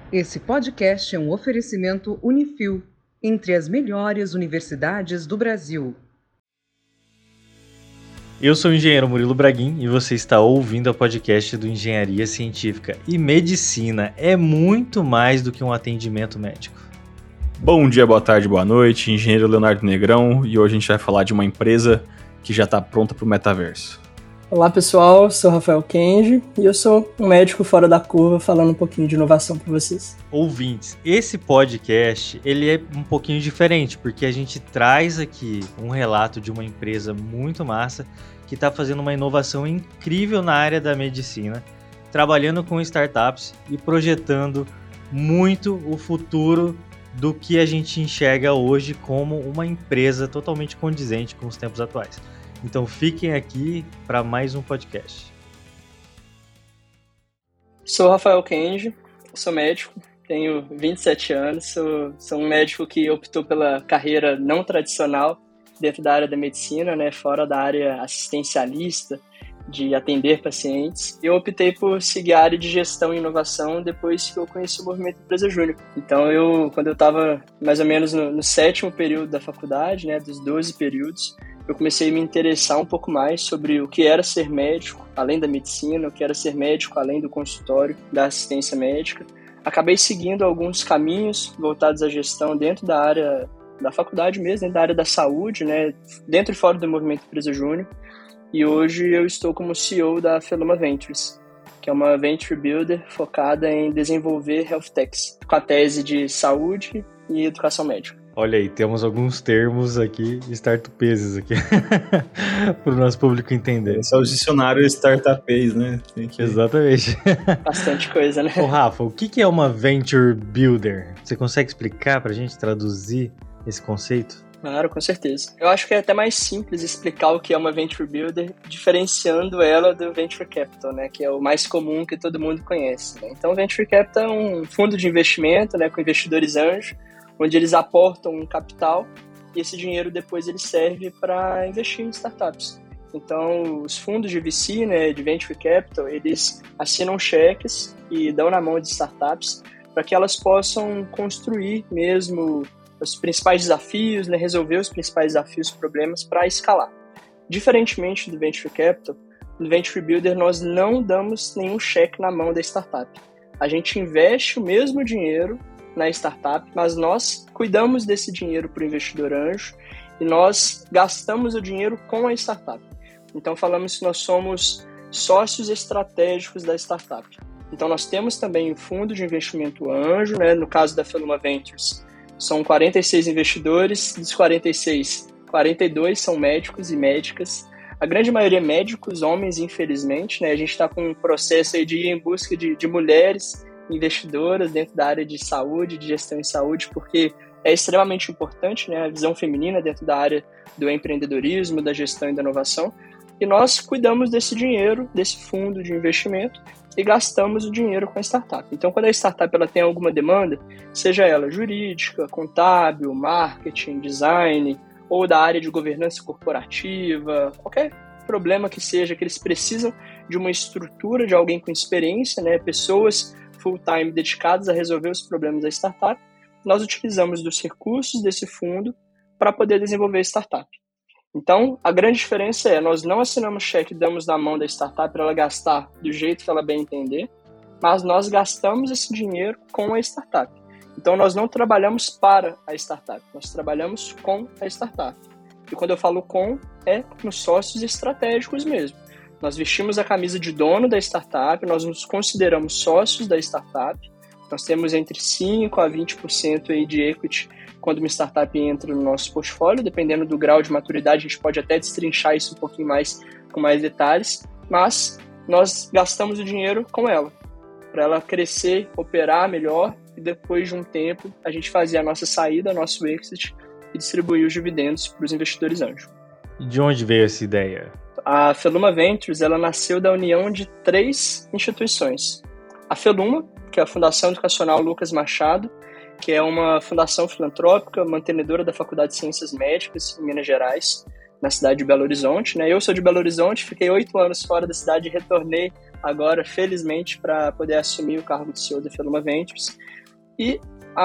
Esse podcast é um oferecimento Unifil, entre as melhores universidades do Brasil. Eu sou o engenheiro Murilo Braguin e você está ouvindo o podcast do Engenharia Científica. E medicina é muito mais do que um atendimento médico. Bom dia, boa tarde, boa noite, engenheiro Leonardo Negrão, e hoje a gente vai falar de uma empresa que já está pronta para o metaverso. Olá pessoal, sou Rafael Kenji e eu sou um médico fora da curva falando um pouquinho de inovação para vocês. Ouvintes, esse podcast ele é um pouquinho diferente porque a gente traz aqui um relato de uma empresa muito massa que está fazendo uma inovação incrível na área da medicina, trabalhando com startups e projetando muito o futuro do que a gente enxerga hoje como uma empresa totalmente condizente com os tempos atuais. Então fiquem aqui para mais um podcast. Sou Rafael Kenji, sou médico, tenho 27 anos, sou um médico que optou pela carreira não tradicional dentro da área da medicina, né, fora da área assistencialista, de atender pacientes. Eu optei por seguir a área de gestão e inovação depois que eu conheci o Movimento Empresa Júnior. Então, quando eu estava mais ou menos no 7º período da faculdade, né, dos 12 períodos, eu comecei a me interessar um pouco mais sobre o que era ser médico, além da medicina, o que era ser médico, além do consultório, da assistência médica. Acabei seguindo alguns caminhos voltados à gestão dentro da área da faculdade mesmo, dentro da área da saúde, né, dentro e fora do Movimento Empresa Júnior. E hoje eu estou como CEO da Feluma Ventures, que é uma venture builder focada em desenvolver health techs, com a tese de saúde e educação médica. Olha aí, temos alguns termos aqui, startupeses aqui, para o nosso público entender. Esse é o dicionário startupês, né? Exatamente. Bastante coisa, né? Ô Rafa, o que é uma venture builder? Você consegue explicar para a gente traduzir esse conceito? Claro, com certeza. Eu acho que é até mais simples explicar o que é uma Venture Builder, diferenciando ela do Venture Capital, né, que é o mais comum que todo mundo conhece, né? Então, o Venture Capital é um fundo de investimento, né, com investidores anjos, onde eles aportam um capital e esse dinheiro depois ele serve para investir em startups. Então, os fundos de VC, né, de Venture Capital, eles assinam cheques e dão na mão de startups para que elas possam construir mesmo os principais desafios, né, resolver os principais desafios, problemas para escalar. Diferentemente do Venture Capital, no Venture Builder nós não damos nenhum cheque na mão da startup. A gente investe o mesmo dinheiro na startup, mas nós cuidamos desse dinheiro para o investidor anjo e nós gastamos o dinheiro com a startup. Então falamos que nós somos sócios estratégicos da startup. Então nós temos também o fundo de investimento anjo, né, no caso da Feluma Ventures, são 46 investidores, dos 46, 42 são médicos e médicas. A grande maioria é médicos, homens, infelizmente, né? A gente está com um processo aí de ir em busca de mulheres investidoras dentro da área de saúde, de gestão em saúde, porque é extremamente importante, né, a visão feminina dentro da área do empreendedorismo, da gestão e da inovação. E nós cuidamos desse dinheiro, desse fundo de investimento, e gastamos o dinheiro com a startup. Então, quando a startup ela tem alguma demanda, seja ela jurídica, contábil, marketing, design, ou da área de governança corporativa, qualquer problema que seja, que eles precisam de uma estrutura, de alguém com experiência, né, pessoas full-time dedicadas a resolver os problemas da startup, nós utilizamos dos recursos desse fundo para poder desenvolver a startup. Então, a grande diferença é, nós não assinamos cheque e damos na mão da startup para ela gastar do jeito que ela bem entender, mas nós gastamos esse dinheiro com a startup. Então, nós não trabalhamos para a startup, nós trabalhamos com a startup. E quando eu falo com, é nos sócios estratégicos mesmo. Nós vestimos a camisa de dono da startup, nós nos consideramos sócios da startup, nós temos entre 5% a 20% aí de equity quando uma startup entra no nosso portfólio, dependendo do grau de maturidade, a gente pode até destrinchar isso um pouquinho mais, com mais detalhes, mas nós gastamos o dinheiro com ela, para ela crescer, operar melhor, e depois de um tempo a gente fazer a nossa saída, nosso exit, e distribuir os dividendos para os investidores anjos. E de onde veio essa ideia? A Feluma Ventures, ela nasceu da união de 3 instituições. A Feluma, que é a Fundação Educacional Lucas Machado, que é uma fundação filantrópica, mantenedora da Faculdade de Ciências Médicas em Minas Gerais. na cidade de Belo Horizonte, né? Eu sou de Belo Horizonte, fiquei 8 anos fora da cidade e retornei agora, felizmente, para poder assumir o cargo de CEO da Feluma Ventures. E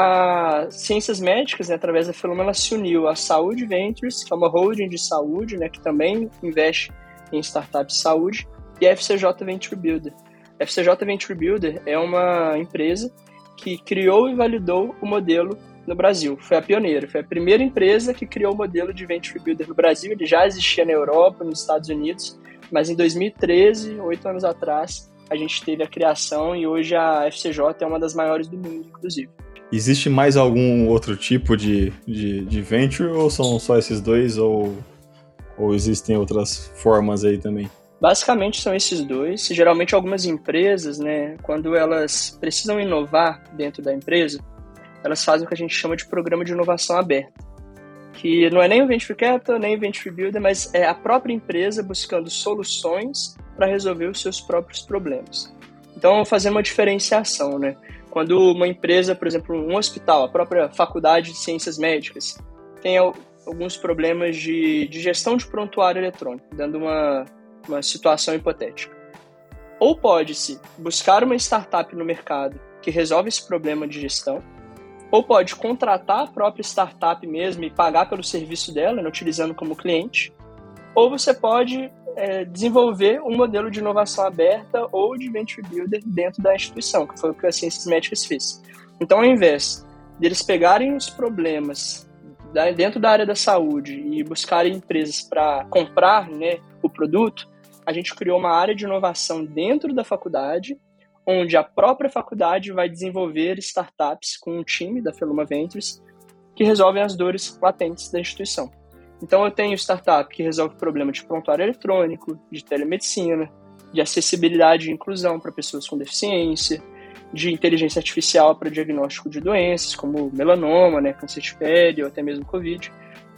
a Ciências Médicas, né, através da Feluma, ela se uniu à Saúde Ventures, que é uma holding de saúde, né, que também investe em startups de saúde, e a FCJ Venture Builder. A FCJ Venture Builder é uma empresa que criou e validou o modelo no Brasil. Foi a pioneira, foi a primeira empresa que criou o modelo de Venture Builder no Brasil. Ele já existia na Europa, nos Estados Unidos, mas em 2013, 8 anos atrás, a gente teve a criação e hoje a FCJ é uma das maiores do mundo, inclusive. Existe mais algum outro tipo de venture ou são só esses dois ou existem outras formas aí também? Basicamente são esses dois. Geralmente algumas empresas, né, quando elas precisam inovar dentro da empresa, elas fazem o que a gente chama de programa de inovação aberta, que não é nem o Venture Capital, nem o Venture Builder, mas é a própria empresa buscando soluções para resolver os seus próprios problemas. Então, fazendo uma diferenciação, né? Quando uma empresa, por exemplo, um hospital, a própria Faculdade de Ciências Médicas, tem alguns problemas de gestão de prontuário eletrônico, dando uma situação hipotética. Ou pode-se buscar uma startup no mercado que resolve esse problema de gestão, ou pode contratar a própria startup mesmo e pagar pelo serviço dela, né, utilizando como cliente, ou você pode desenvolver um modelo de inovação aberta ou de venture builder dentro da instituição, que foi o que a Ciências Médicas fez. Então, ao invés deles pegarem os problemas dentro da área da saúde e buscarem empresas para comprar, né, o produto, a gente criou uma área de inovação dentro da faculdade, onde a própria faculdade vai desenvolver startups com um time da Feluma Ventures que resolvem as dores latentes da instituição. Então eu tenho startup que resolve o problema de prontuário eletrônico, de telemedicina, de acessibilidade e inclusão para pessoas com deficiência, de inteligência artificial para diagnóstico de doenças como melanoma, né, câncer de pele ou até mesmo Covid.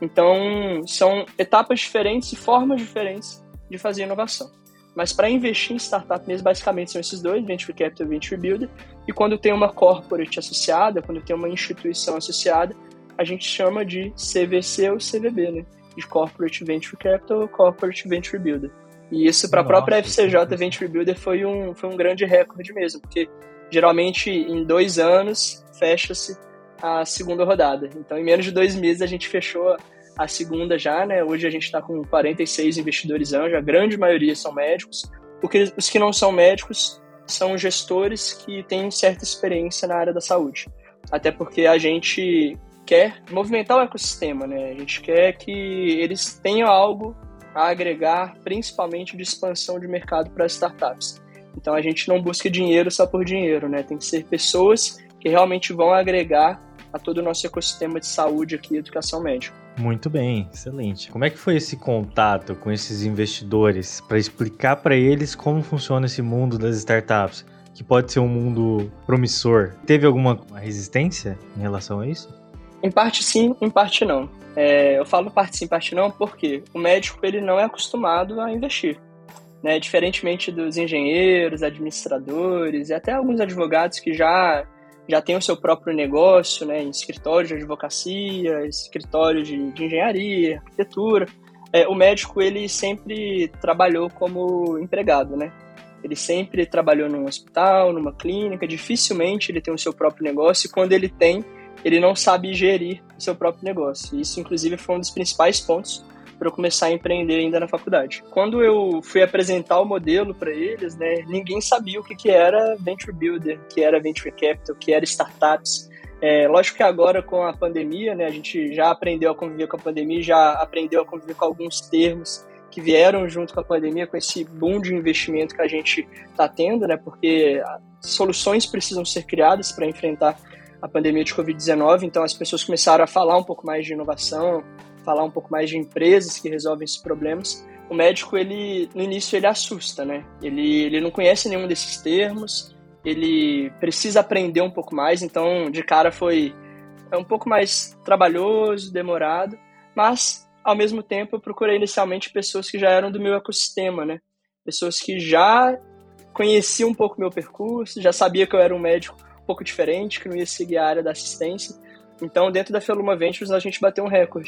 Então são etapas diferentes e formas diferentes de fazer inovação. Mas para investir em startup mesmo, basicamente são esses dois, Venture Capital e Venture Builder. E quando tem uma corporate associada, quando tem uma instituição associada, a gente chama de CVC ou CVB, né? De Corporate Venture Capital ou Corporate Venture Builder. E isso para a própria FCJ Venture Builder foi um grande recorde mesmo, porque geralmente em 2 anos fecha-se a segunda rodada. Então em menos de 2 meses a gente fechou a segunda já, né? Hoje a gente está com 46 investidores anjo, a grande maioria são médicos, porque os que não são médicos são gestores que têm certa experiência na área da saúde. Até porque a gente quer movimentar o ecossistema, né? A gente quer que eles tenham algo a agregar, principalmente de expansão de mercado para as startups. Então a gente não busca dinheiro só por dinheiro, né? Tem que ser pessoas que realmente vão agregar a todo o nosso ecossistema de saúde aqui e educação médica. Muito bem, excelente. Como é que foi esse contato com esses investidores para explicar para eles como funciona esse mundo das startups, que pode ser um mundo promissor? Teve alguma resistência em relação a isso? Em parte sim, em parte não. Eu falo parte sim, parte não, porque o médico ele não é acostumado a investir, né? Diferentemente dos engenheiros, administradores e até alguns advogados que já tem o seu próprio negócio, né, em escritórios de advocacia, escritórios de engenharia, arquitetura. O médico, ele sempre trabalhou como empregado, né? Ele sempre trabalhou num hospital, numa clínica, dificilmente ele tem o seu próprio negócio, e quando ele tem, ele não sabe gerir o seu próprio negócio. E isso, inclusive, foi um dos principais pontos para eu começar a empreender ainda na faculdade. Quando eu fui apresentar o modelo para eles, né, ninguém sabia o que era Venture Builder, o que era Venture Capital, o que era startups. Lógico que agora com a pandemia, né, a gente já aprendeu a conviver com a pandemia, já aprendeu a conviver com alguns termos que vieram junto com a pandemia, com esse boom de investimento que a gente está tendo, né, porque soluções precisam ser criadas para enfrentar a pandemia de Covid-19, então as pessoas começaram a falar um pouco mais de inovação, falar um pouco mais de empresas que resolvem esses problemas. O médico, ele no início, ele assusta, né? Ele não conhece nenhum desses termos, ele precisa aprender um pouco mais, então de cara foi um pouco mais trabalhoso, demorado, mas ao mesmo tempo eu procurei inicialmente pessoas que já eram do meu ecossistema, né? Pessoas que já conheciam um pouco meu percurso, já sabia que eu era um médico um pouco diferente, que não ia seguir a área da assistência. Então, dentro da Feluma Ventures, a gente bateu um recorde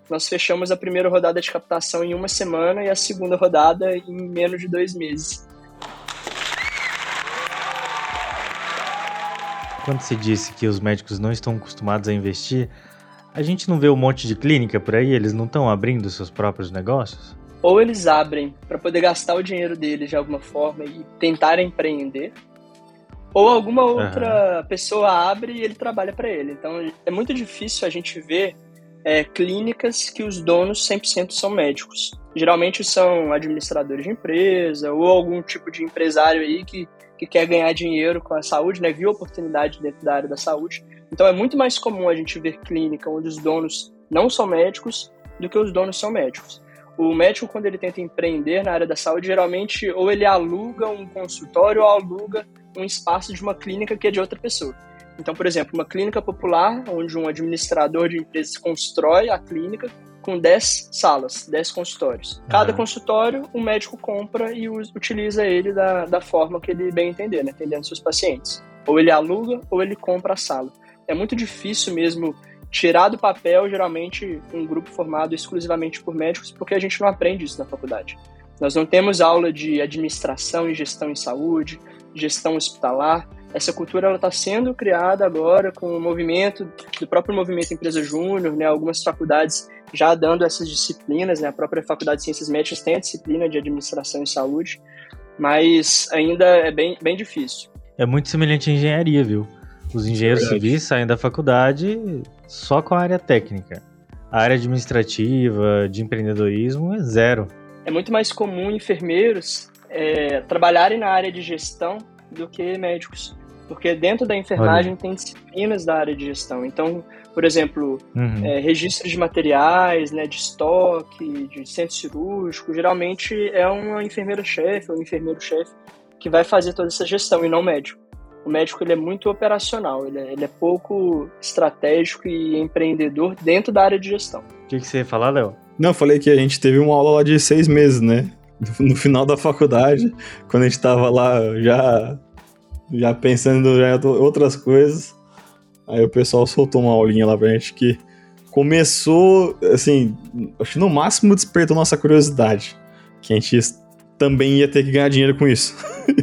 nós fechamos a primeira rodada de captação em 1 semana e a segunda rodada em menos de 2 meses. Quando se disse que os médicos não estão acostumados a investir, a gente não vê um monte de clínica por aí? Eles não estão abrindo seus próprios negócios? Ou eles abrem para poder gastar o dinheiro deles de alguma forma e tentar empreender, ou alguma outra pessoa abre e ele trabalha para ele. Então é muito difícil a gente ver clínicas que os donos 100% são médicos. Geralmente são administradores de empresa ou algum tipo de empresário aí que quer ganhar dinheiro com a saúde, né? Viu oportunidade dentro da área da saúde. Então é muito mais comum a gente ver clínica onde os donos não são médicos do que os donos são médicos. O médico, quando ele tenta empreender na área da saúde, geralmente ou ele aluga um consultório ou aluga um espaço de uma clínica que é de outra pessoa. Então, por exemplo, uma clínica popular, onde um administrador de empresas constrói a clínica com 10 salas, 10 consultórios. Cada consultório, o médico compra e utiliza ele da forma que ele bem entender, né? Atendendo seus pacientes. Ou ele aluga, ou ele compra a sala. É muito difícil mesmo tirar do papel, geralmente, um grupo formado exclusivamente por médicos, porque a gente não aprende isso na faculdade. Nós não temos aula de administração e gestão em saúde, gestão hospitalar. Essa cultura está sendo criada agora com o movimento, do próprio movimento Empresa Júnior, né? Algumas faculdades já dando essas disciplinas, né? A própria Faculdade de Ciências Médicas tem a disciplina de administração em saúde, mas ainda é bem difícil. É muito semelhante à engenharia, viu? Os engenheiros civis saem da faculdade só com a área técnica. A área administrativa, de empreendedorismo é zero. É muito mais comum enfermeiros trabalharem na área de gestão do que médicos. Porque dentro da enfermagem tem disciplinas da área de gestão. Então, por exemplo, registro de materiais, né, de estoque, de centro cirúrgico, geralmente é uma enfermeira-chefe ou um enfermeiro-chefe que vai fazer toda essa gestão e não médico. O médico ele é muito operacional, ele é pouco estratégico e empreendedor dentro da área de gestão. O que você ia falar, Léo? Não, eu falei que a gente teve uma aula lá de 6 meses, né? No final da faculdade, quando a gente tava lá já pensando em outras coisas, aí o pessoal soltou uma aulinha lá pra gente que começou, assim, acho que no máximo despertou nossa curiosidade, que a gente também ia ter que ganhar dinheiro com isso.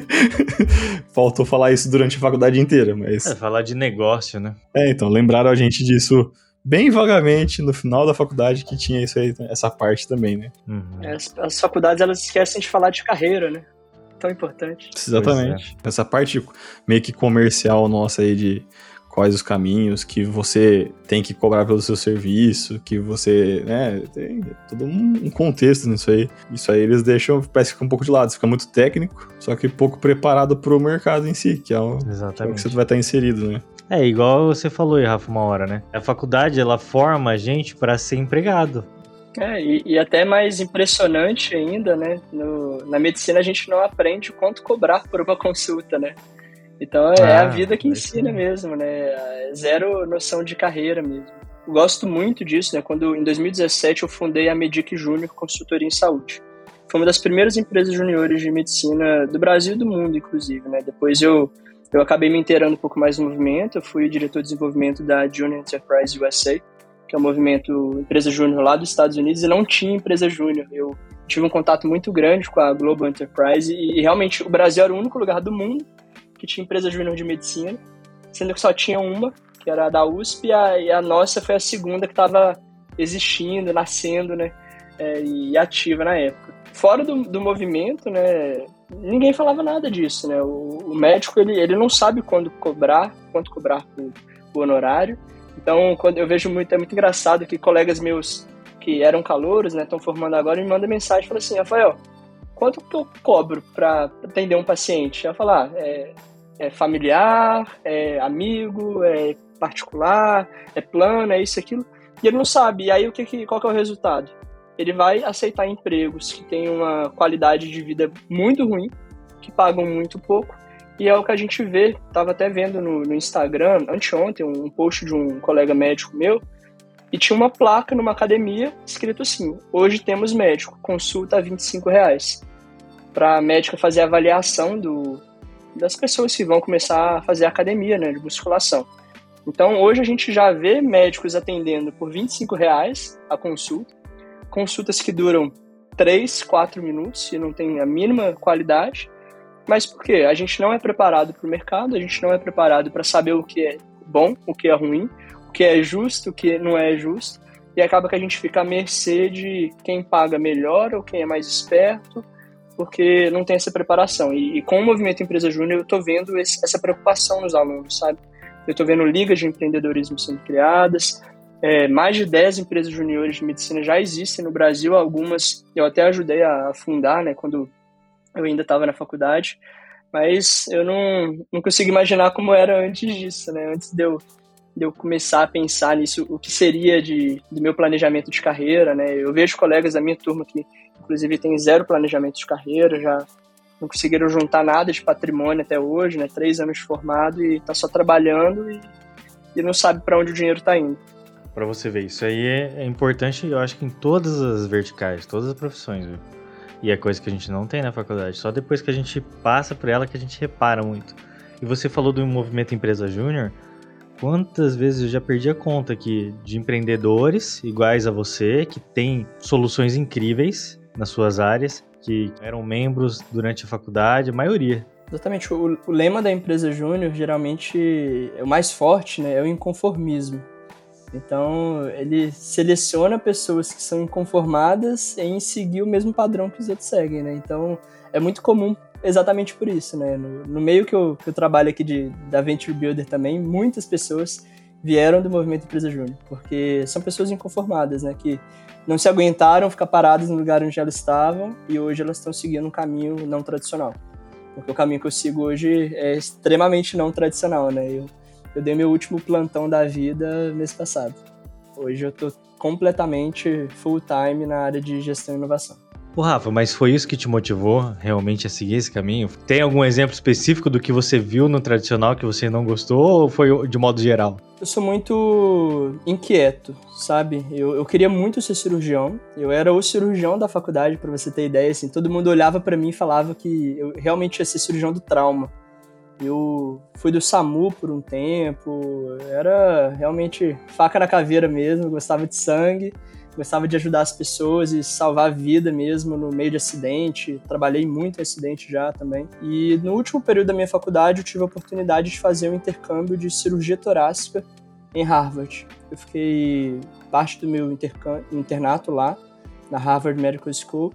Faltou falar isso durante a faculdade inteira, mas... falar de negócio, né? Então, lembraram a gente disso bem vagamente no final da faculdade, que tinha isso aí, essa parte também, né? As faculdades, elas esquecem de falar de carreira, né? Tão importante. Exatamente. Essa parte meio que comercial nossa aí de quais os caminhos que você tem que cobrar pelo seu serviço, que você, né, tem todo um contexto nisso aí. Isso aí eles deixam, parece que fica um pouco de lado, fica muito técnico, só que pouco preparado pro mercado em si, que é o que você vai estar inserido, né? Igual você falou aí, Rafa, uma hora, né? A faculdade, ela forma a gente para ser empregado. E até mais impressionante ainda, né? Na medicina a gente não aprende quanto cobrar por uma consulta, né? Então é a vida que ensina mesmo, né? É zero noção de carreira mesmo. Eu gosto muito disso, né? Quando em 2017 eu fundei a Medic Júnior Consultoria em Saúde. Foi uma das primeiras empresas juniores de medicina do Brasil e do mundo, inclusive, né? Depois eu acabei me inteirando um pouco mais do movimento. Eu fui diretor de desenvolvimento da Junior Enterprise USA, que é um movimento empresa júnior lá dos Estados Unidos, e não tinha empresa júnior. Eu tive um contato muito grande com a Global Enterprise e realmente o Brasil era o único lugar do mundo que tinha empresa júnior de medicina, sendo que só tinha uma, que era a da USP, e a nossa foi a segunda que estava existindo, nascendo, né, e ativa na época. Fora do movimento, né, ninguém falava nada disso, né, o médico ele não sabe quanto cobrar por honorário. Então, quando eu vejo é muito engraçado que colegas meus que eram calouros, né, estão formando agora, me mandam mensagem e falam assim: Rafael, quanto que eu cobro para atender um paciente? Eu falo, é familiar, é amigo, é particular, é plano, é isso, aquilo. E ele não sabe. E aí, qual que é o resultado? Ele vai aceitar empregos que têm uma qualidade de vida muito ruim, que pagam muito pouco. E é o que a gente vê, estava até vendo no Instagram, anteontem, um post de um colega médico meu, e tinha uma placa numa academia escrito assim: hoje temos médico, consulta a R$25, para a médica fazer a avaliação das pessoas que vão começar a fazer academia, né, de musculação. Então, hoje a gente já vê médicos atendendo por R$ 25 a consulta, consultas que duram 3, 4 minutos e não tem a mínima qualidade. Mas por quê? A gente não é preparado para o mercado, a gente não é preparado para saber o que é bom, o que é ruim, o que é justo, o que não é justo, e acaba que a gente fica à mercê de quem paga melhor ou quem é mais esperto, porque não tem essa preparação. E com o Movimento Empresa Júnior eu estou vendo essa preocupação nos alunos, sabe? Eu estou vendo ligas de empreendedorismo sendo criadas, mais de 10 empresas juniores de medicina já existem no Brasil, algumas eu até ajudei a fundar, né, quando eu ainda estava na faculdade, mas eu não consigo imaginar como era antes disso, né? Antes de eu começar a pensar nisso, o que seria do meu planejamento de carreira, né? Eu vejo colegas da minha turma que, inclusive, têm 0 planejamento de carreira, já não conseguiram juntar nada de patrimônio até hoje, né? 3 anos de formado e tá só trabalhando e não sabe para onde o dinheiro tá indo. Para você ver, isso aí é importante, eu acho que em todas as verticais, todas as profissões, viu? E é coisa que a gente não tem na faculdade. Só depois que a gente passa por ela que a gente repara muito. E você falou do Movimento Empresa Júnior. Quantas vezes eu já perdi a conta aqui de empreendedores iguais a você, que têm soluções incríveis nas suas áreas, que eram membros durante a faculdade, a maioria. Exatamente. O lema da Empresa Júnior, geralmente, é o mais forte, né? É o inconformismo. Então, ele seleciona pessoas que são inconformadas em seguir o mesmo padrão que os outros seguem, né? Então, é muito comum exatamente por isso, né? No meio que eu trabalho aqui da Venture Builder também, muitas pessoas vieram do Movimento Empresa Júnior, porque são pessoas inconformadas, né? Que não se aguentaram ficar paradas no lugar onde elas estavam e hoje elas estão seguindo um caminho não tradicional. Porque o caminho que eu sigo hoje é extremamente não tradicional, né? Eu dei meu último plantão da vida mês passado. Hoje eu tô completamente full time na área de gestão e inovação. Ô Rafa, mas foi isso que te motivou realmente a seguir esse caminho? Tem algum exemplo específico do que você viu no tradicional que você não gostou ou foi de modo geral? Eu sou muito inquieto, sabe? Eu queria muito ser cirurgião. Eu era o cirurgião da faculdade, pra você ter ideia. Assim, todo mundo olhava pra mim e falava que eu realmente ia ser cirurgião do trauma. Eu fui do SAMU por um tempo, era realmente faca na caveira mesmo, gostava de sangue, gostava de ajudar as pessoas e salvar a vida mesmo no meio de acidente. Trabalhei muito em acidente já também. E no último período da minha faculdade eu tive a oportunidade de fazer um intercâmbio de cirurgia torácica em Harvard. Eu fiquei parte do meu internato lá, na Harvard Medical School.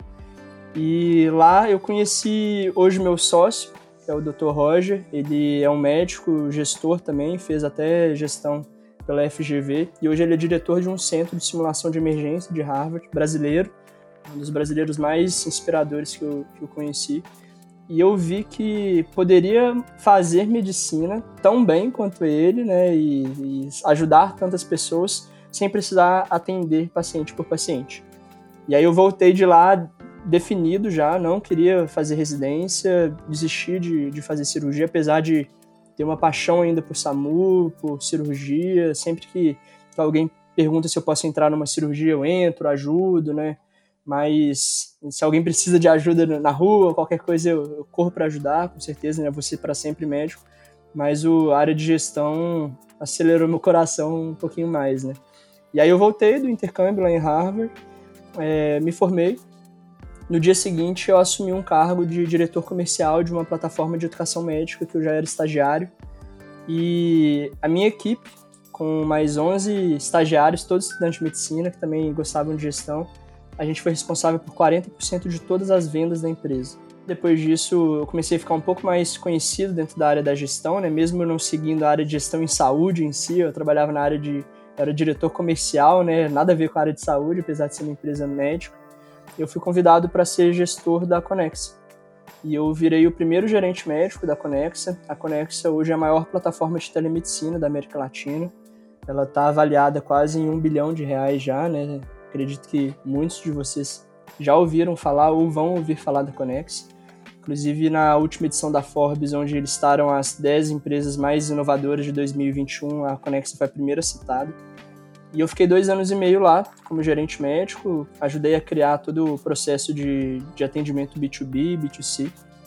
E lá eu conheci hoje meu sócio, que é o Dr. Roger. Ele é um médico, gestor também, fez até gestão pela FGV, e hoje ele é diretor de um centro de simulação de emergência de Harvard, brasileiro, um dos brasileiros mais inspiradores que eu conheci. E eu vi que poderia fazer medicina tão bem quanto ele, né, e ajudar tantas pessoas sem precisar atender paciente por paciente. E aí eu voltei de lá definido já, não queria fazer residência, desisti de fazer cirurgia, apesar de ter uma paixão ainda por SAMU, por cirurgia. Sempre que alguém pergunta se eu posso entrar numa cirurgia, eu entro, ajudo, né? Mas se alguém precisa de ajuda na rua, qualquer coisa, eu corro para ajudar, com certeza, né? Vou ser para sempre médico. Mas a área de gestão acelerou meu coração um pouquinho mais, né? E aí eu voltei do intercâmbio lá em Harvard, me formei. No dia seguinte, eu assumi um cargo de diretor comercial de uma plataforma de educação médica, que eu já era estagiário. E a minha equipe, com mais 11 estagiários, todos estudantes de medicina, que também gostavam de gestão, a gente foi responsável por 40% de todas as vendas da empresa. Depois disso, eu comecei a ficar um pouco mais conhecido dentro da área da gestão, né? Mesmo eu não seguindo a área de gestão em saúde em si, eu trabalhava na área era diretor comercial, né? Nada a ver com a área de saúde, apesar de ser uma empresa médica. Eu fui convidado para ser gestor da Conexa. E eu virei o primeiro gerente médico da Conexa. A Conexa hoje é a maior plataforma de telemedicina da América Latina. Ela está avaliada quase em R$1 bilhão já, né? Acredito que muitos de vocês já ouviram falar ou vão ouvir falar da Conexa. Inclusive, na última edição da Forbes, onde listaram as 10 empresas mais inovadoras de 2021, a Conexa foi a primeira citada. E eu fiquei 2 anos e meio lá como gerente médico, ajudei a criar todo o processo de atendimento B2B, B2C.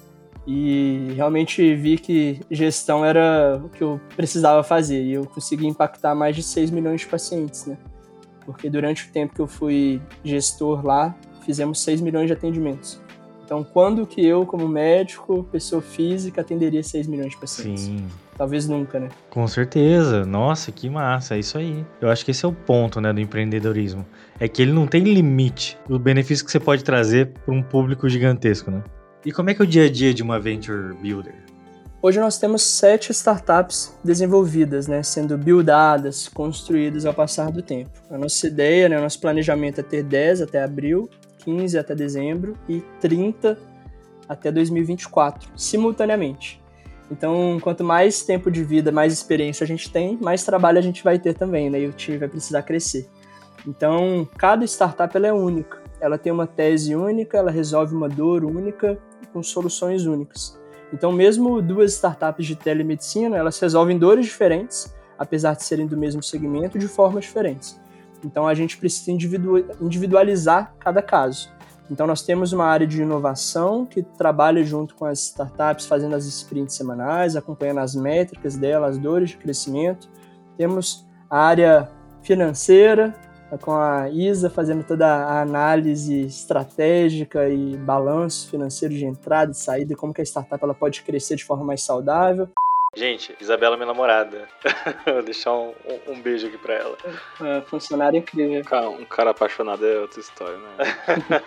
E realmente vi que gestão era o que eu precisava fazer. E eu consegui impactar mais de 6 milhões de pacientes, né? Porque durante o tempo que eu fui gestor lá, fizemos 6 milhões de atendimentos. Então, quando que eu, como médico, pessoa física, atenderia 6 milhões de pacientes? Sim. Talvez nunca, né? Com certeza. Nossa, que massa. É isso aí. Eu acho que esse é o ponto, né, do empreendedorismo. É que ele não tem limite. O benefício que você pode trazer para um público gigantesco, né? E como é que é o dia a dia de uma Venture Builder? Hoje nós temos 7 startups desenvolvidas, né, sendo buildadas, construídas ao passar do tempo. A nossa ideia, né, o nosso planejamento é ter 10 até abril, 15 até dezembro e 30 até 2024, simultaneamente. Então, quanto mais tempo de vida, mais experiência a gente tem, mais trabalho a gente vai ter também, né, e o time vai precisar crescer. Então, cada startup ela é única. Ela tem uma tese única, ela resolve uma dor única, com soluções únicas. Então, mesmo 2 startups de telemedicina, elas resolvem dores diferentes, apesar de serem do mesmo segmento, de formas diferentes. Então, a gente precisa individualizar cada caso. Então, nós temos uma área de inovação que trabalha junto com as startups, fazendo as sprints semanais, acompanhando as métricas delas, as dores de crescimento. Temos a área financeira, com a Isa fazendo toda a análise estratégica e balanço financeiro de entrada e saída, como que a startup ela pode crescer de forma mais saudável. Gente, Isabela é minha namorada. Vou deixar um beijo aqui pra ela. Funcionário incrível. Um cara apaixonado é outra história, né?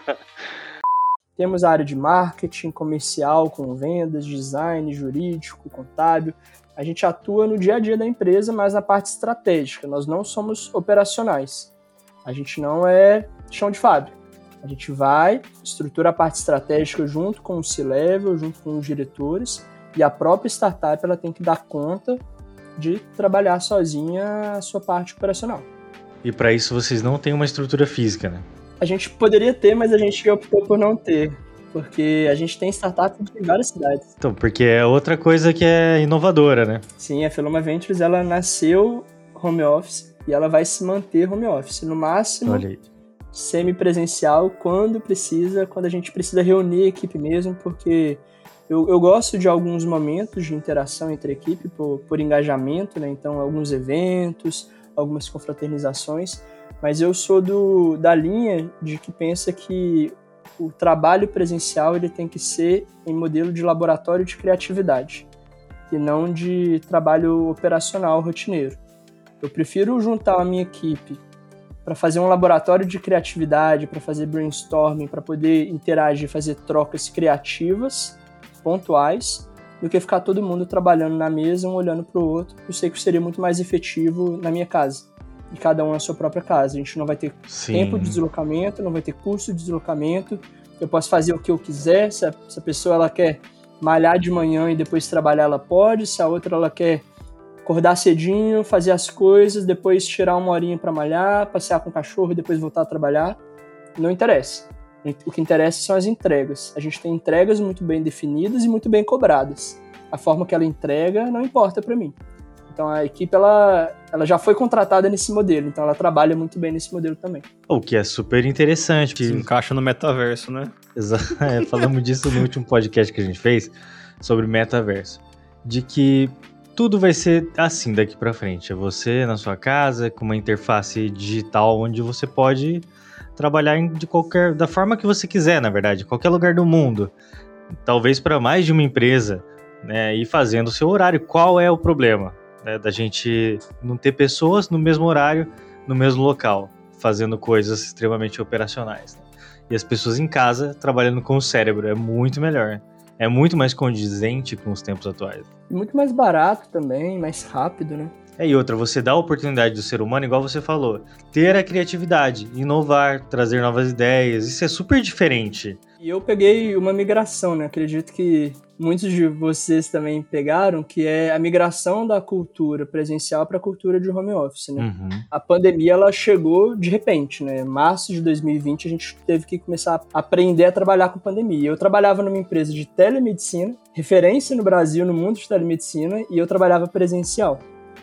Temos a área de marketing, comercial, com vendas, design, jurídico, contábil. A gente atua no dia a dia da empresa, mas na parte estratégica. Nós não somos operacionais. A gente não é chão de fábrica. A gente vai, estrutura a parte estratégica junto com o C-Level, junto com os diretores, e a própria startup ela tem que dar conta de trabalhar sozinha a sua parte operacional. E para isso vocês não têm uma estrutura física, né? A gente poderia ter, mas a gente optou por não ter, porque a gente tem startup em várias cidades. Então, porque é outra coisa que é inovadora, né? Sim, a Feloma Ventures ela nasceu home office e ela vai se manter home office. No máximo, semipresencial, quando a gente precisa reunir a equipe mesmo, porque eu gosto de alguns momentos de interação entre a equipe por engajamento, né? Então, alguns eventos, algumas confraternizações, mas eu sou da linha de que pensa que o trabalho presencial ele tem que ser em modelo de laboratório de criatividade e não de trabalho operacional rotineiro. Eu prefiro juntar a minha equipe para fazer um laboratório de criatividade, para fazer brainstorming, para poder interagir, fazer trocas criativas, pontuais, do que ficar todo mundo trabalhando na mesa, um olhando para o outro. Eu sei que seria muito mais efetivo na minha casa, e cada um na sua própria casa. A gente não vai ter tempo de deslocamento, não vai ter custo de deslocamento. Eu posso fazer o que eu quiser. Se a pessoa ela quer malhar de manhã e depois trabalhar, ela pode. Se a outra ela quer acordar cedinho, fazer as coisas, depois tirar uma horinha para malhar, passear com o cachorro e depois voltar a trabalhar, não interessa. O que interessa são as entregas. A gente tem entregas muito bem definidas e muito bem cobradas. A forma que ela entrega não importa para mim. Então a equipe ela já foi contratada nesse modelo, então ela trabalha muito bem nesse modelo também. O que é super interessante. Se encaixa no metaverso, né? Exato. Falamos disso no último podcast que a gente fez sobre metaverso. De que tudo vai ser assim daqui para frente. É você na sua casa, com uma interface digital onde você pode trabalhar da forma que você quiser, na verdade, em qualquer lugar do mundo. Talvez para mais de uma empresa, né, e fazendo o seu horário. Qual é o problema, né, da gente não ter pessoas no mesmo horário, no mesmo local, fazendo coisas extremamente operacionais, né? E as pessoas em casa trabalhando com o cérebro. É muito melhor. É muito mais condizente com os tempos atuais. E muito mais barato também, mais rápido, né? E outra, você dá a oportunidade do ser humano, igual você falou, ter a criatividade, inovar, trazer novas ideias. Isso é super diferente. E eu peguei uma migração, né? Acredito que muitos de vocês também pegaram, que é a migração da cultura presencial para a cultura de home office, né? Uhum. A pandemia, ela chegou de repente, né? Março de 2020, a gente teve que começar a aprender a trabalhar com pandemia. Eu trabalhava numa empresa de telemedicina, referência no Brasil, no mundo de telemedicina, e eu trabalhava presencial.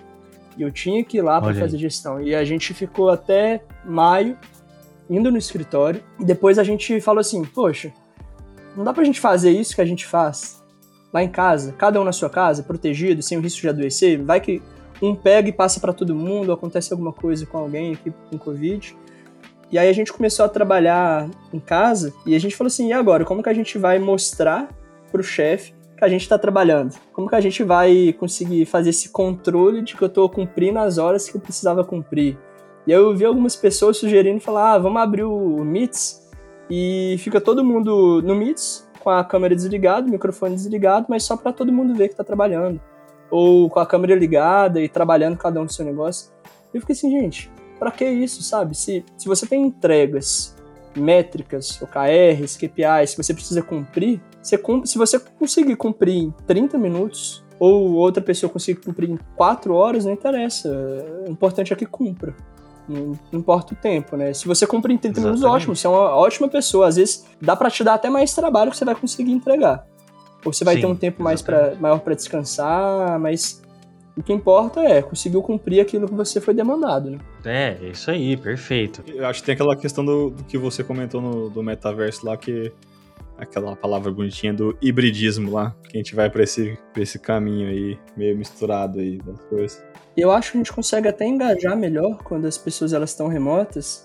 E eu tinha que ir lá para fazer gestão. E a gente ficou até maio indo no escritório. E depois a gente falou assim, poxa, não dá pra gente fazer isso que a gente faz lá em casa, cada um na sua casa, protegido, sem o risco de adoecer, vai que um pega e passa para todo mundo, acontece alguma coisa com alguém aqui com Covid. E aí a gente começou a trabalhar em casa e a gente falou assim, e agora, como que a gente vai mostrar pro chefe que a gente está trabalhando? Como que a gente vai conseguir fazer esse controle de que eu estou cumprindo as horas que eu precisava cumprir? E aí eu vi algumas pessoas sugerindo, falar, vamos abrir o Meets e fica todo mundo no Meets com a câmera desligada, o microfone desligado, mas só para todo mundo ver que está trabalhando. Ou com a câmera ligada e trabalhando cada um do seu negócio. E eu fiquei assim, gente, pra que isso, sabe? Se você tem entregas, métricas, OKRs, KPIs que você precisa cumprir, se você conseguir cumprir em 30 minutos, ou outra pessoa conseguir cumprir em 4 horas, não interessa. O importante é que cumpra. Não importa o tempo, né? Se você cumprir em 30 minutos, ótimo, você é uma ótima pessoa. Às vezes dá pra te dar até mais trabalho que você vai conseguir entregar. Ou você vai ter um tempo maior para descansar, mas o que importa é conseguir cumprir aquilo que você foi demandado, né? É isso aí, perfeito. Eu acho que tem aquela questão do que você comentou do metaverso lá, que aquela palavra bonitinha do hibridismo lá, que a gente vai pra esse caminho aí, meio misturado aí das coisas. Eu acho que a gente consegue até engajar melhor quando as pessoas elas estão remotas.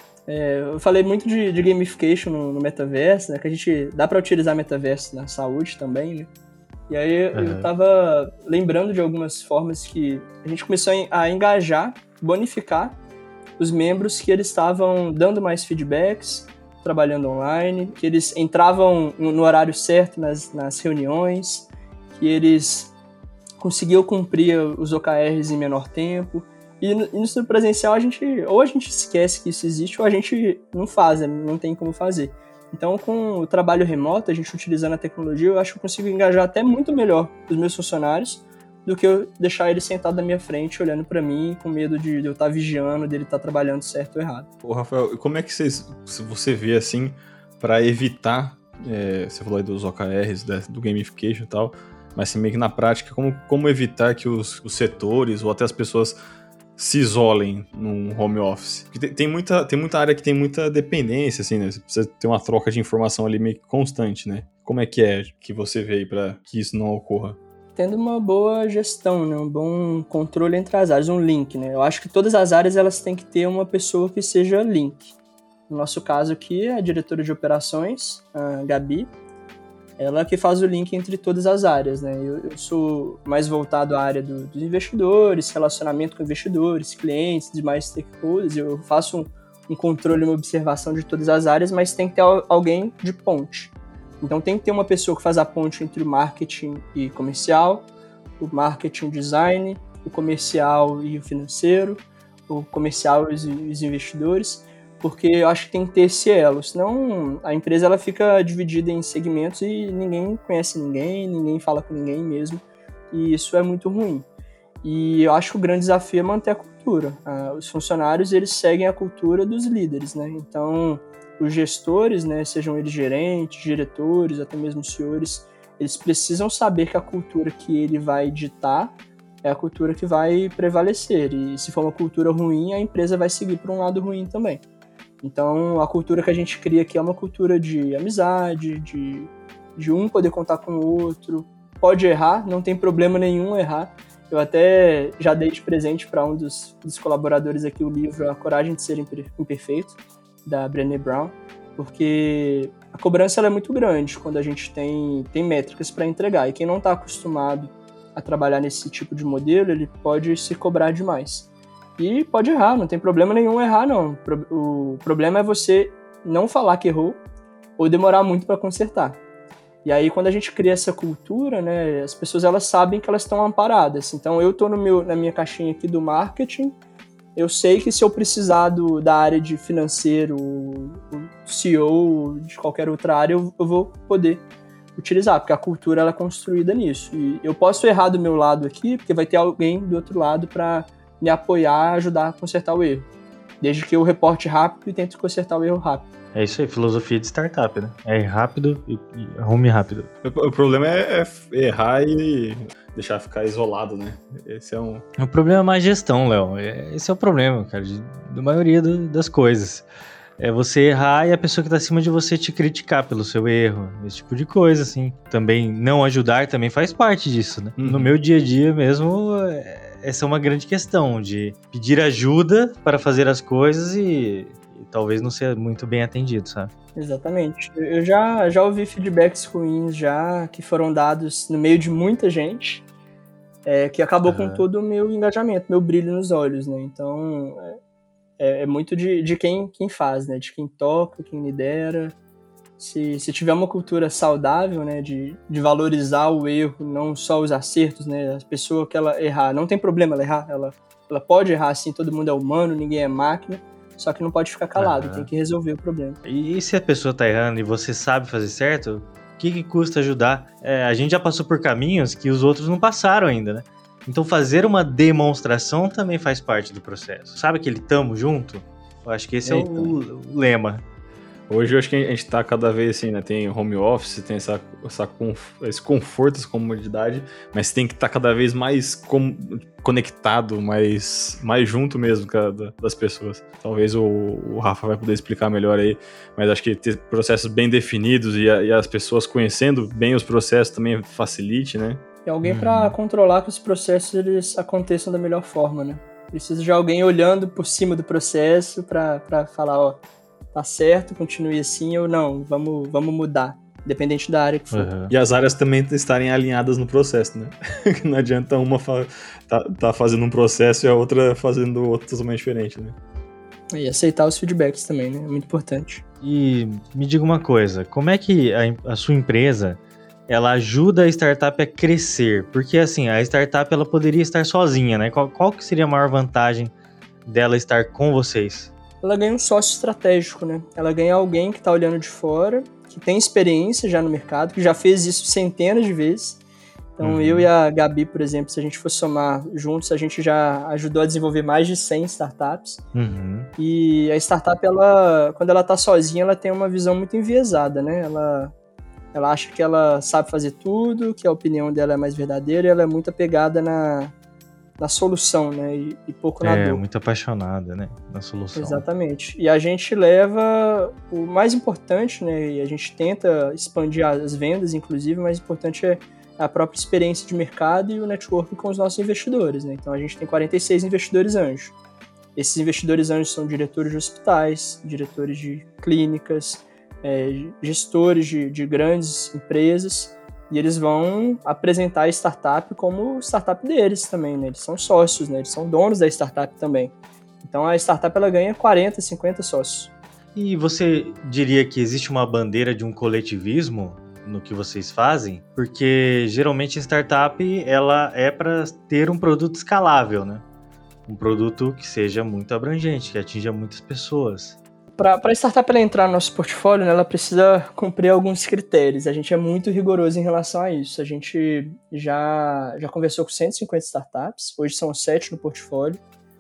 Eu falei muito de gamification no metaverso, né? Que a gente dá para utilizar metaverso na saúde também, né? E aí eu tava lembrando de algumas formas que a gente começou a engajar, bonificar os membros que eles estavam dando mais feedbacks, trabalhando online, que eles entravam no horário certo nas reuniões, que eles conseguiam cumprir os OKRs em menor tempo. E no presencial, a gente esquece que isso existe ou a gente não faz, não tem como fazer. Então, com o trabalho remoto, a gente utilizando a tecnologia, eu acho que eu consigo engajar até muito melhor os meus funcionários do que eu deixar ele sentado na minha frente, olhando para mim, com medo de eu estar vigiando, dele estar trabalhando certo ou errado. Ô, Rafael, como é que você vê, assim, para evitar, você falou aí dos OKRs, do gamification e tal, mas assim, meio que na prática, como evitar que os setores ou até as pessoas se isolem num home office? Porque tem muita área que tem muita dependência, assim, né? Você precisa ter uma troca de informação ali meio que constante, né? Como é que você vê aí para que isso não ocorra? Tendo uma boa gestão, né? Um bom controle entre as áreas, um link, né? Eu acho que todas as áreas elas têm que ter uma pessoa que seja link. No nosso caso aqui, a diretora de operações, a Gabi, ela que faz o link entre todas as áreas, né? Eu sou mais voltado à área dos investidores, relacionamento com investidores, clientes, demais stakeholders. Eu faço um controle e uma observação de todas as áreas, mas tem que ter alguém de ponte. Então tem que ter uma pessoa que faz a ponte entre o marketing e comercial, o marketing e design, o comercial e o financeiro, o comercial e os investidores, porque eu acho que tem que ter esse elo, senão a empresa ela fica dividida em segmentos e ninguém conhece ninguém fala com ninguém mesmo, e isso é muito ruim. E eu acho que o grande desafio é manter a cultura. Os funcionários, eles seguem a cultura dos líderes, né? Então, os gestores, né, sejam eles gerentes, diretores, até mesmo senhores, eles precisam saber que a cultura que ele vai ditar é a cultura que vai prevalecer, e se for uma cultura ruim, a empresa vai seguir para um lado ruim também. Então, a cultura que a gente cria aqui é uma cultura de amizade, de um poder contar com o outro. Pode errar, não tem problema nenhum errar. Eu até já dei de presente para um dos colaboradores aqui o livro A Coragem de Ser Imperfeito, da Brené Brown, porque a cobrança ela é muito grande quando a gente tem métricas para entregar. E quem não está acostumado a trabalhar nesse tipo de modelo, ele pode se cobrar demais. E pode errar, não tem problema nenhum errar, não. O problema é você não falar que errou ou demorar muito para consertar. E aí, quando a gente cria essa cultura, né, as pessoas elas sabem que elas estão amparadas. Então, eu estou na minha caixinha aqui do marketing, eu sei que se eu precisar da área de financeiro, CEO, de qualquer outra área, eu vou poder utilizar, porque a cultura ela é construída nisso. E eu posso errar do meu lado aqui, porque vai ter alguém do outro lado para me apoiar, ajudar a consertar o erro. Desde que eu reporte rápido e tente consertar o erro rápido. É isso aí, filosofia de startup, né? É rápido e arrume rápido. O problema é errar e deixar ficar isolado, né? Esse é um... O problema é má gestão, Léo. Esse é o problema, cara, da maioria das coisas. é você errar e a pessoa que tá acima de você te criticar pelo seu erro. Esse tipo de coisa, assim. Também não ajudar também faz parte disso, né? No meu dia a dia mesmo, essa é uma grande questão de pedir ajuda para fazer as coisas e talvez não ser muito bem atendido, sabe? Exatamente. Eu já ouvi feedbacks ruins já, que foram dados no meio de muita gente, que acabou com todo o meu engajamento, meu brilho nos olhos, né? Então, é muito de quem faz, né? De quem toca, quem lidera. Se tiver uma cultura saudável, né? De valorizar o erro, não só os acertos, né? A pessoa que ela errar, não tem problema ela errar, ela pode errar assim, todo mundo é humano, ninguém é máquina. Só que não pode ficar calado, tem que resolver o problema. E se a pessoa tá errando e você sabe fazer certo, o que custa ajudar? A gente já passou por caminhos que os outros não passaram ainda, né? Então fazer uma demonstração também faz parte do processo. Sabe aquele tamo junto? Eu acho que esse é o lema. Hoje eu acho que a gente tá cada vez assim, né? Tem home office, tem esse conforto, essa comodidade, mas tem que estar cada vez mais conectado, mais junto mesmo das pessoas. Talvez o Rafa vai poder explicar melhor aí, mas acho que ter processos bem definidos e as pessoas conhecendo bem os processos também facilite, né? E alguém para controlar que os processos eles aconteçam da melhor forma, né? Precisa de alguém olhando por cima do processo para falar, ó, tá certo, continue assim ou não, vamos mudar, independente da área que for. E as áreas também estarem alinhadas no processo, né? Não adianta uma tá fazendo um processo e a outra fazendo outro totalmente diferente, né? E aceitar os feedbacks também, né? É muito importante. E me diga uma coisa, como é que a sua empresa ela ajuda a startup a crescer? Porque assim, a startup ela poderia estar sozinha, né? Qual que seria a maior vantagem dela estar com vocês? Ela ganha um sócio estratégico, né? Ela ganha alguém que está olhando de fora, que tem experiência já no mercado, que já fez isso centenas de vezes. Então, eu e a Gabi, por exemplo, se a gente for somar juntos, a gente já ajudou a desenvolver mais de 100 startups. E a startup, quando ela está sozinha, ela tem uma visão muito enviesada, né? Ela acha que ela sabe fazer tudo, que a opinião dela é mais verdadeira e ela é muito apegada na solução, né, e pouco na dor. Muito apaixonada, né, na solução. Exatamente. E a gente leva o mais importante, né, e a gente tenta expandir as vendas, inclusive, o mais importante é a própria experiência de mercado e o network com os nossos investidores, né. Então a gente tem 46 investidores anjos. Esses investidores anjos são diretores de hospitais, diretores de clínicas, gestores de grandes empresas, e eles vão apresentar a startup como startup deles também, né? Eles são sócios, né? Eles são donos da startup também. Então a startup ela ganha 40, 50 sócios. E você diria que existe uma bandeira de um coletivismo no que vocês fazem? Porque geralmente a startup ela é para ter um produto escalável, né? Um produto que seja muito abrangente, que atinja muitas pessoas. Para a startup ela entrar no nosso portfólio, né, ela precisa cumprir alguns critérios. A gente é muito rigoroso em relação a isso. A gente já conversou com 150 startups, hoje são 7 no portfólio.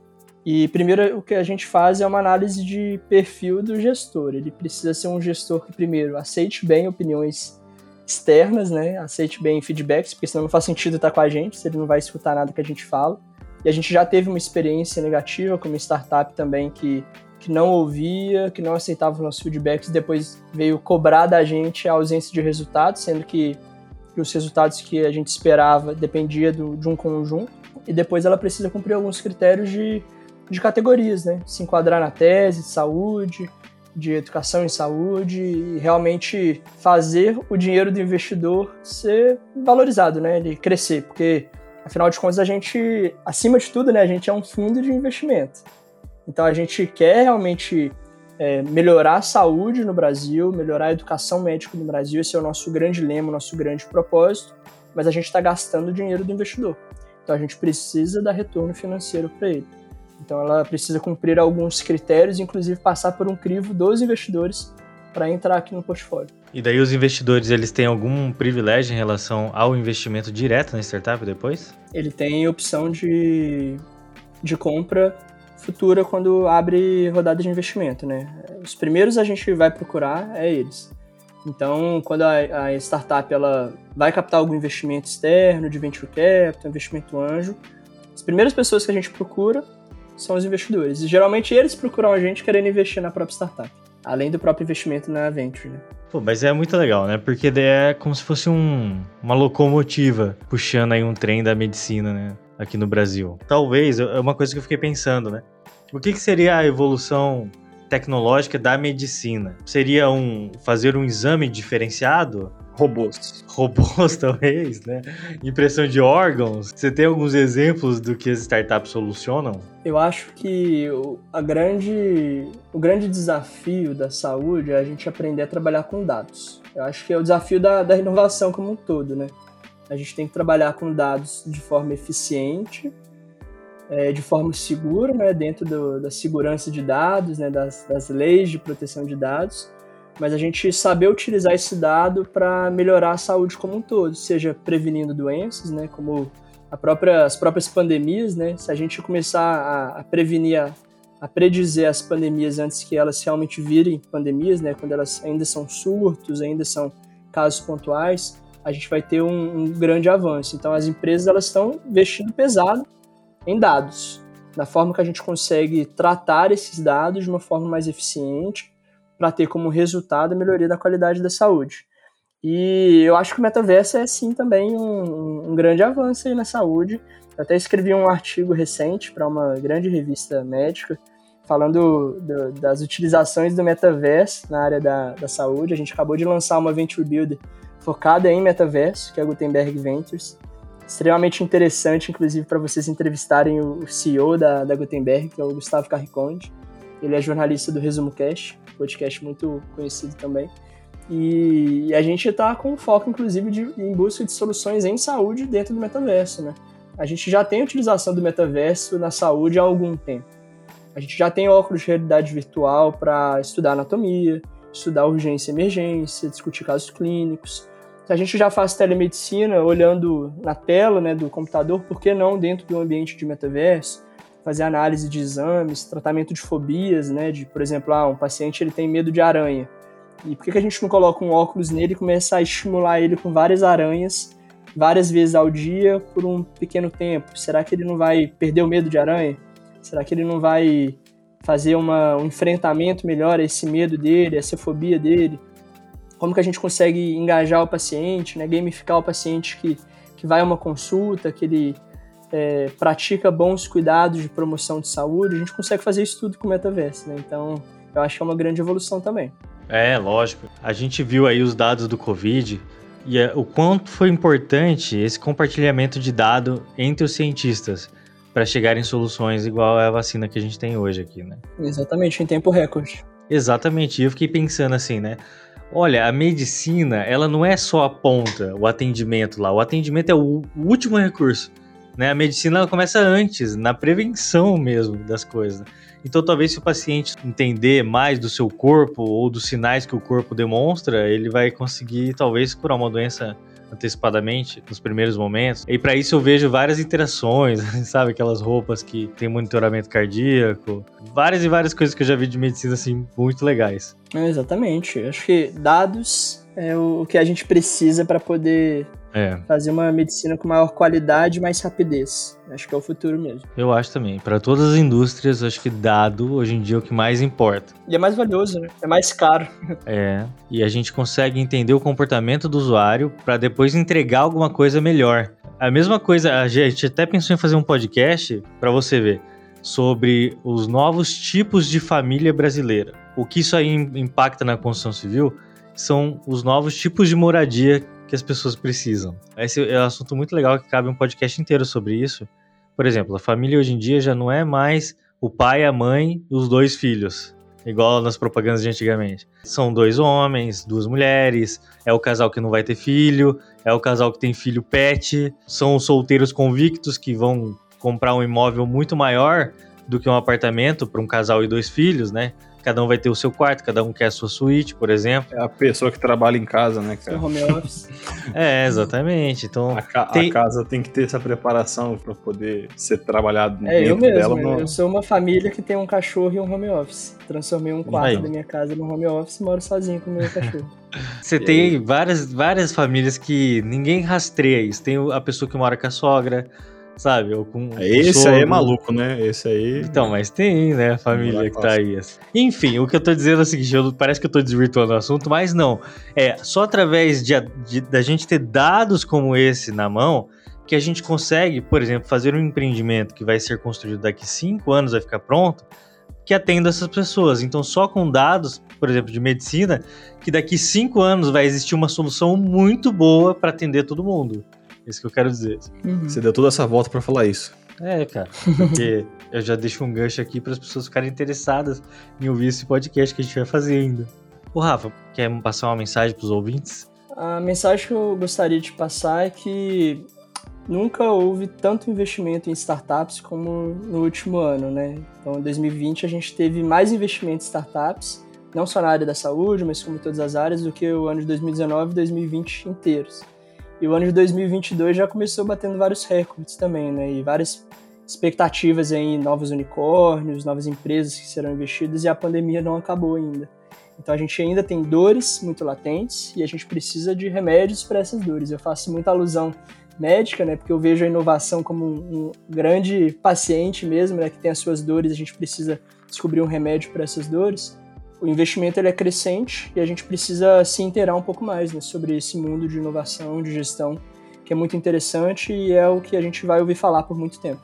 E primeiro o que a gente faz é uma análise de perfil do gestor. Ele precisa ser um gestor que primeiro aceite bem opiniões externas, né, aceite bem feedbacks, porque senão não faz sentido estar com a gente, se ele não vai escutar nada que a gente fala. E a gente já teve uma experiência negativa com uma startup também que não ouvia, que não aceitava os nossos feedbacks e depois veio cobrar da gente a ausência de resultados, sendo que os resultados que a gente esperava dependia de um conjunto. E depois ela precisa cumprir alguns critérios de categorias, né? Se enquadrar na tese de saúde, de educação em saúde e realmente fazer o dinheiro do investidor ser valorizado, né? Ele crescer, porque afinal de contas a gente, acima de tudo, né? A gente é um fundo de investimento. Então a gente quer realmente melhorar a saúde no Brasil, melhorar a educação médica no Brasil, esse é o nosso grande lema, o nosso grande propósito, mas a gente está gastando o dinheiro do investidor. Então a gente precisa dar retorno financeiro para ele. Então ela precisa cumprir alguns critérios, inclusive passar por um crivo dos investidores para entrar aqui no portfólio. E daí os investidores eles têm algum privilégio em relação ao investimento direto na startup depois? Ele tem opção de compra futura quando abre rodada de investimento, né? Os primeiros a gente vai procurar é eles. Então, quando a startup ela vai captar algum investimento externo, de venture capital, investimento anjo, as primeiras pessoas que a gente procura são os investidores. E geralmente eles procuram a gente querendo investir na própria startup. além do próprio investimento na venture, né? Pô, mas é muito legal, né? Porque é como se fosse uma locomotiva puxando aí um trem da medicina, né? Aqui no Brasil. Talvez, é uma coisa que eu fiquei pensando, né? O que seria a evolução tecnológica da medicina? Seria fazer um exame diferenciado? Robôs, talvez, né? Impressão de órgãos. Você tem alguns exemplos do que as startups solucionam? Eu acho que o grande desafio da saúde é a gente aprender a trabalhar com dados. Eu acho que é o desafio da inovação como um todo, né? A gente tem que trabalhar com dados de forma eficiente, de forma segura, né? Dentro da segurança de dados, né? Das leis de proteção de dados. Mas a gente saber utilizar esse dado para melhorar a saúde como um todo, seja prevenindo doenças, né, como as próprias pandemias, né, se a gente começar a prevenir, a predizer as pandemias antes que elas realmente virem pandemias, né, quando elas ainda são surtos, ainda são casos pontuais, a gente vai ter um grande avanço. Então as empresas elas estão investindo pesado em dados, na forma que a gente consegue tratar esses dados de uma forma mais eficiente, para ter como resultado a melhoria da qualidade da saúde. E eu acho que o metaverso é, sim, também um grande avanço aí na saúde. Eu até escrevi um artigo recente para uma grande revista médica, falando das utilizações do metaverso na área da saúde. A gente acabou de lançar uma Venture Builder focada em metaverso, que é a Gutenberg Ventures. Extremamente interessante, inclusive, para vocês entrevistarem o CEO da Gutenberg, que é o Gustavo Carriconde. Ele é jornalista do Resumo Cast, podcast muito conhecido também. E a gente está com foco, inclusive, em busca de soluções em saúde dentro do metaverso, né? A gente já tem utilização do metaverso na saúde há algum tempo. A gente já tem óculos de realidade virtual para estudar anatomia, estudar urgência e emergência, discutir casos clínicos. A gente já faz telemedicina olhando na tela, né, do computador, por que não dentro do ambiente de metaverso? Fazer análise de exames, tratamento de fobias, né? Por exemplo, um paciente ele tem medo de aranha. E por que a gente não coloca um óculos nele e começa a estimular ele com várias aranhas, várias vezes ao dia, por um pequeno tempo? Será que ele não vai perder o medo de aranha? Será que ele não vai fazer um enfrentamento melhor a esse medo dele, a essa fobia dele? Como que a gente consegue engajar o paciente, né? Gamificar o paciente que vai a uma consulta, que ele pratica bons cuidados de promoção de saúde? A gente consegue fazer isso tudo com o metaverso, né? Então, eu acho que é uma grande evolução também. É, lógico. A gente viu aí os dados do Covid e o quanto foi importante esse compartilhamento de dado entre os cientistas para chegar em soluções igual a vacina que a gente tem hoje aqui, né? Exatamente, em tempo recorde. Exatamente. E eu fiquei pensando assim, né? Olha, a medicina, ela não é só a ponta, o atendimento lá. O atendimento é o último recurso. Né? A medicina ela começa antes, na prevenção mesmo das coisas. Então, talvez se o paciente entender mais do seu corpo ou dos sinais que o corpo demonstra, ele vai conseguir, talvez, curar uma doença antecipadamente, nos primeiros momentos. E para isso eu vejo várias interações, sabe? Aquelas roupas que tem monitoramento cardíaco. Várias e várias coisas que eu já vi de medicina, assim, muito legais. Exatamente. Eu acho que dados é o que a gente precisa para poder fazer uma medicina com maior qualidade e mais rapidez. Acho que é o futuro mesmo. Eu acho também. Para todas as indústrias, acho que dado hoje em dia é o que mais importa. E é mais valioso, né? É mais caro. E a gente consegue entender o comportamento do usuário para depois entregar alguma coisa melhor. A mesma coisa, a gente até pensou em fazer um podcast, para você ver, sobre os novos tipos de família brasileira. O que isso aí impacta na construção civil são os novos tipos de moradia que as pessoas precisam. Esse é um assunto muito legal que cabe um podcast inteiro sobre isso. Por exemplo, a família hoje em dia já não é mais o pai, a mãe e os 2 filhos, igual nas propagandas de antigamente. São 2 homens, 2 mulheres, é o casal que não vai ter filho, é o casal que tem filho pet, são os solteiros convictos que vão comprar um imóvel muito maior do que um apartamento para um casal e 2 filhos, né? Cada um vai ter o seu quarto, cada um quer a sua suíte, por exemplo. É a pessoa que trabalha em casa, né, cara? O home office. Exatamente. Então, a casa tem que ter essa preparação para poder ser trabalhado dentro eu mesmo, dela. Eu sou uma família que tem um cachorro e um home office. Transformei um quarto da minha casa num home office e moro sozinho com o meu cachorro. Você tem várias famílias que ninguém rastreia isso. Tem a pessoa que mora com a sogra, sabe? Ou com Esse aí é sogro. maluco, né? Esse aí... Então, mas tem, né, a família que tá aí. Enfim, o que eu tô dizendo é o seguinte, parece que eu tô desvirtuando o assunto, mas não. É só através da gente ter dados como esse na mão que a gente consegue, por exemplo, fazer um empreendimento que vai ser construído daqui 5 anos, vai ficar pronto, que atenda essas pessoas. Então, só com dados, por exemplo, de medicina, que daqui 5 anos vai existir uma solução muito boa para atender todo mundo. É isso que eu quero dizer. Você deu toda essa volta pra falar isso. É, cara, porque eu já deixo um gancho aqui para as pessoas ficarem interessadas em ouvir esse podcast que a gente vai fazer ainda. Ô, Rafa, quer passar uma mensagem pros ouvintes? A mensagem que eu gostaria de passar é que nunca houve tanto investimento em startups como no último ano, né? Então, em 2020, a gente teve mais investimento em startups, não só na área da saúde, mas como em todas as áreas, do que o ano de 2019 e 2020 inteiros. E o ano de 2022 já começou batendo vários recordes também, né? E várias expectativas em novos unicórnios, novas empresas que serão investidas, e a pandemia não acabou ainda. Então a gente ainda tem dores muito latentes e a gente precisa de remédios para essas dores. Eu faço muita alusão médica, né? Porque eu vejo a inovação como um grande paciente mesmo, né? Que tem as suas dores, a gente precisa descobrir um remédio para essas dores. O investimento ele é crescente e a gente precisa se inteirar um pouco mais, né, sobre esse mundo de inovação, de gestão, que é muito interessante e é o que a gente vai ouvir falar por muito tempo.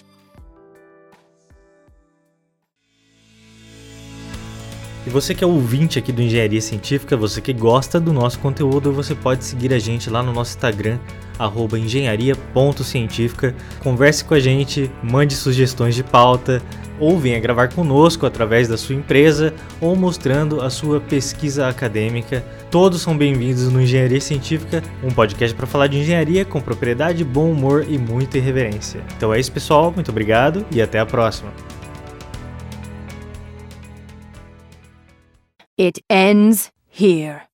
E você que é ouvinte aqui do Engenharia Científica, você que gosta do nosso conteúdo, você pode seguir a gente lá no nosso Instagram, @engenharia.científica. Converse com a gente, mande sugestões de pauta, ou venha gravar conosco através da sua empresa, ou mostrando a sua pesquisa acadêmica. Todos são bem-vindos no Engenharia Científica, um podcast para falar de engenharia com propriedade, bom humor e muita irreverência. Então é isso, pessoal, muito obrigado e até a próxima. It ends here.